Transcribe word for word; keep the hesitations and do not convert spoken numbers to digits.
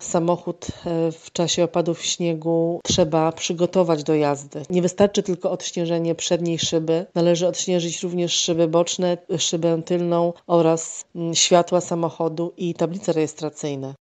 samochód w czasie opadów śniegu trzeba przygotować do jazdy. Nie wystarczy tylko odśnieżenie przedniej szyby, należy odśnieżyć również szyby boczne, szybę tylną oraz światła samochodu i tablice rejestracyjne.